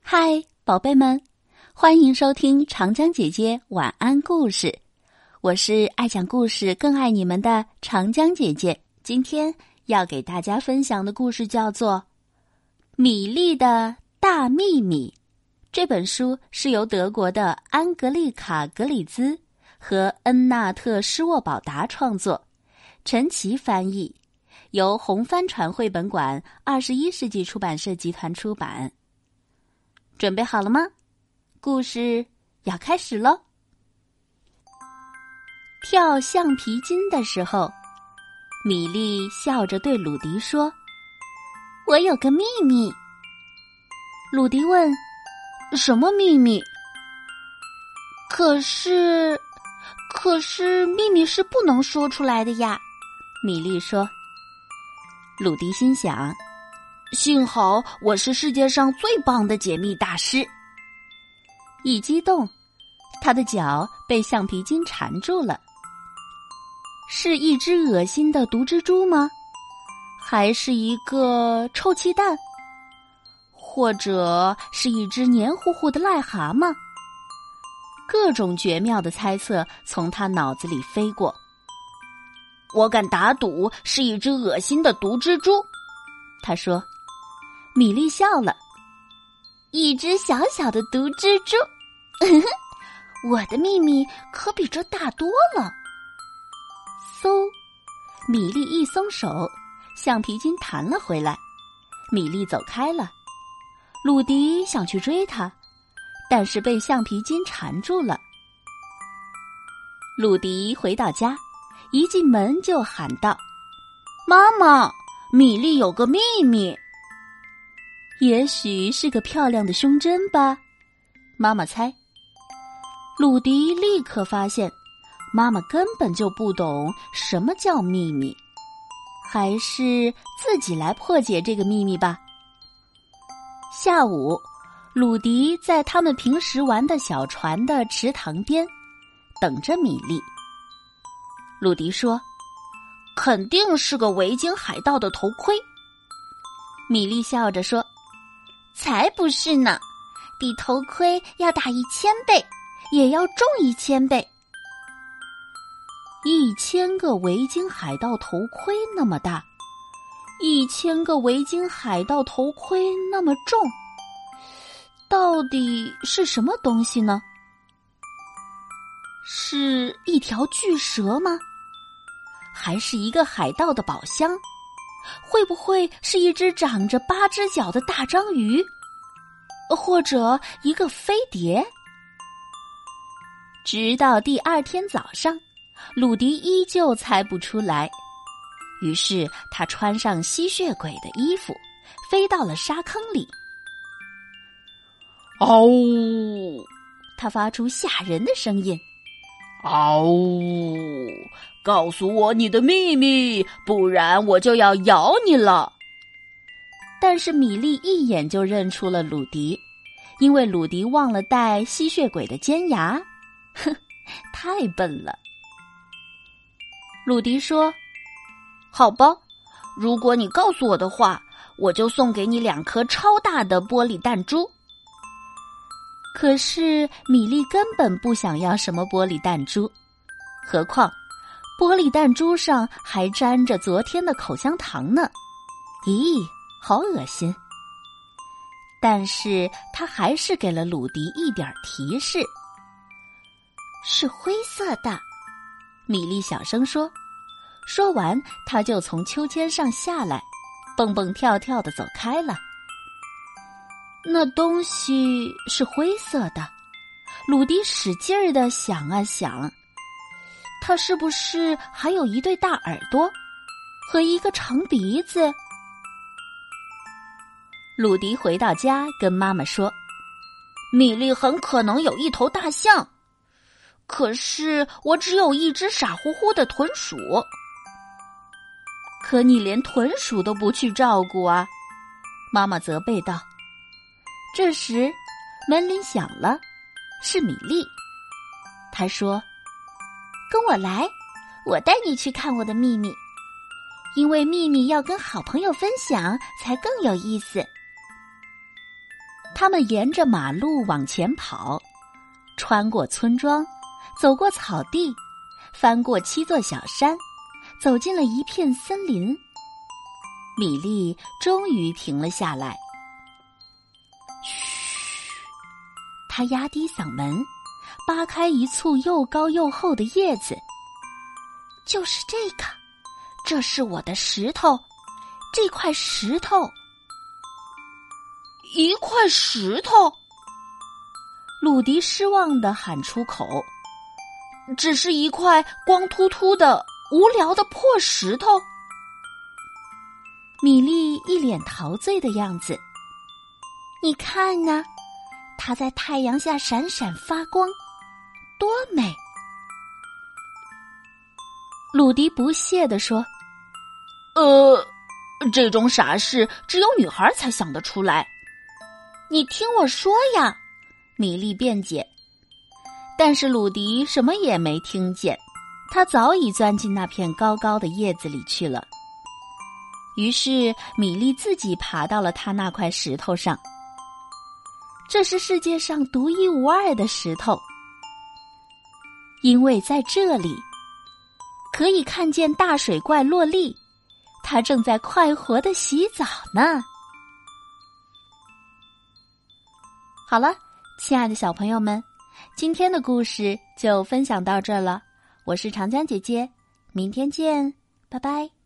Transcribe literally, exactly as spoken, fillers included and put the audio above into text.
嗨，宝贝们，欢迎收听长江姐姐晚安故事。我是爱讲故事更爱你们的长江姐姐。今天要给大家分享的故事叫做《米粒的大秘密》。这本书是由德国的安格丽卡·格里兹和恩纳特·施沃宝达创作，陈琦翻译，由红帆船绘本馆二十一世纪出版社集团出版。准备好了吗？故事要开始喽！跳橡皮筋的时候，米莉笑着对鲁迪说：“我有个秘密。”鲁迪问：“什么秘密？”可是，可是秘密是不能说出来的呀，米莉说。鲁迪心想，幸好我是世界上最棒的解密大师。一激动，他的脚被橡皮筋缠住了。是一只恶心的毒蜘蛛吗？还是一个臭气蛋？或者是一只黏糊糊的癞蛤蟆？各种绝妙的猜测从他脑子里飞过。我敢打赌是一只恶心的毒蜘蛛，他说。米莉笑了。一只小小的毒蜘蛛，我的秘密可比这大多了。嗖，米莉一松手，橡皮筋弹了回来。米莉走开了。鲁迪想去追她，但是被橡皮筋缠住了。鲁迪回到家，一进门就喊道：“妈妈，米莉有个秘密。”也许是个漂亮的胸针吧，妈妈猜。鲁迪立刻发现，妈妈根本就不懂什么叫秘密，还是自己来破解这个秘密吧。下午，鲁迪在他们平时玩的小船的池塘边，等着米莉。鲁迪说：“肯定是个维京海盗的头盔。”米莉笑着说：“才不是呢，比头盔要大一千倍，也要重一千倍。一千个维京海盗头盔那么大，一千个维京海盗头盔那么重，到底是什么东西呢？是一条巨蛇吗？还是一个海盗的宝箱？会不会是一只长着八只脚的大章鱼，或者一个飞碟？直到第二天早上，鲁迪依旧猜不出来。于是他穿上吸血鬼的衣服，飞到了沙坑里。嗷呜！他发出吓人的声音。嗷呜！告诉我你的秘密，不然我就要咬你了。但是米莉一眼就认出了鲁迪，因为鲁迪忘了带吸血鬼的尖牙。哼，太笨了。鲁迪说：“好吧，如果你告诉我的话，我就送给你两颗超大的玻璃弹珠。”可是米莉根本不想要什么玻璃弹珠，何况玻璃弹珠上还沾着昨天的口香糖呢。咦，好恶心。但是他还是给了鲁迪一点提示。是灰色的，米莉小声说。说完，他就从秋千上下来，蹦蹦跳跳地走开了。那东西是灰色的，鲁迪使劲儿地想啊想，它是不是还有一对大耳朵和一个长鼻子？鲁迪回到家跟妈妈说：“米莉很可能有一头大象，可是我只有一只傻乎乎的豚鼠。”可你连豚鼠都不去照顾啊，妈妈责备道。这时门铃响了，是米莉。她说：“跟我来，我带你去看我的秘密，因为秘密要跟好朋友分享才更有意思。” 他们沿着马路往前跑，穿过村庄，走过草地，翻过七座小山，走进了一片森林。米莉终于停了下来。嘘，她压低嗓门，扒开一簇又高又厚的叶子。就是这个，这是我的石头，这块石头。一块石头！鲁迪失望地喊出口，只是一块光秃秃的无聊的破石头。米莉一脸陶醉的样子，你看呢，它在太阳下闪闪发光，多美！鲁迪不屑地说，呃，这种傻事只有女孩才想得出来。你听我说呀，米莉辩解。但是鲁迪什么也没听见，他早已钻进那片高高的叶子里去了。于是米莉自己爬到了他那块石头上。这是世界上独一无二的石头，因为在这里可以看见大水怪洛丽，它正在快活地洗澡呢。好了，亲爱的小朋友们，今天的故事就分享到这儿了。我是长江姐姐，明天见，拜拜。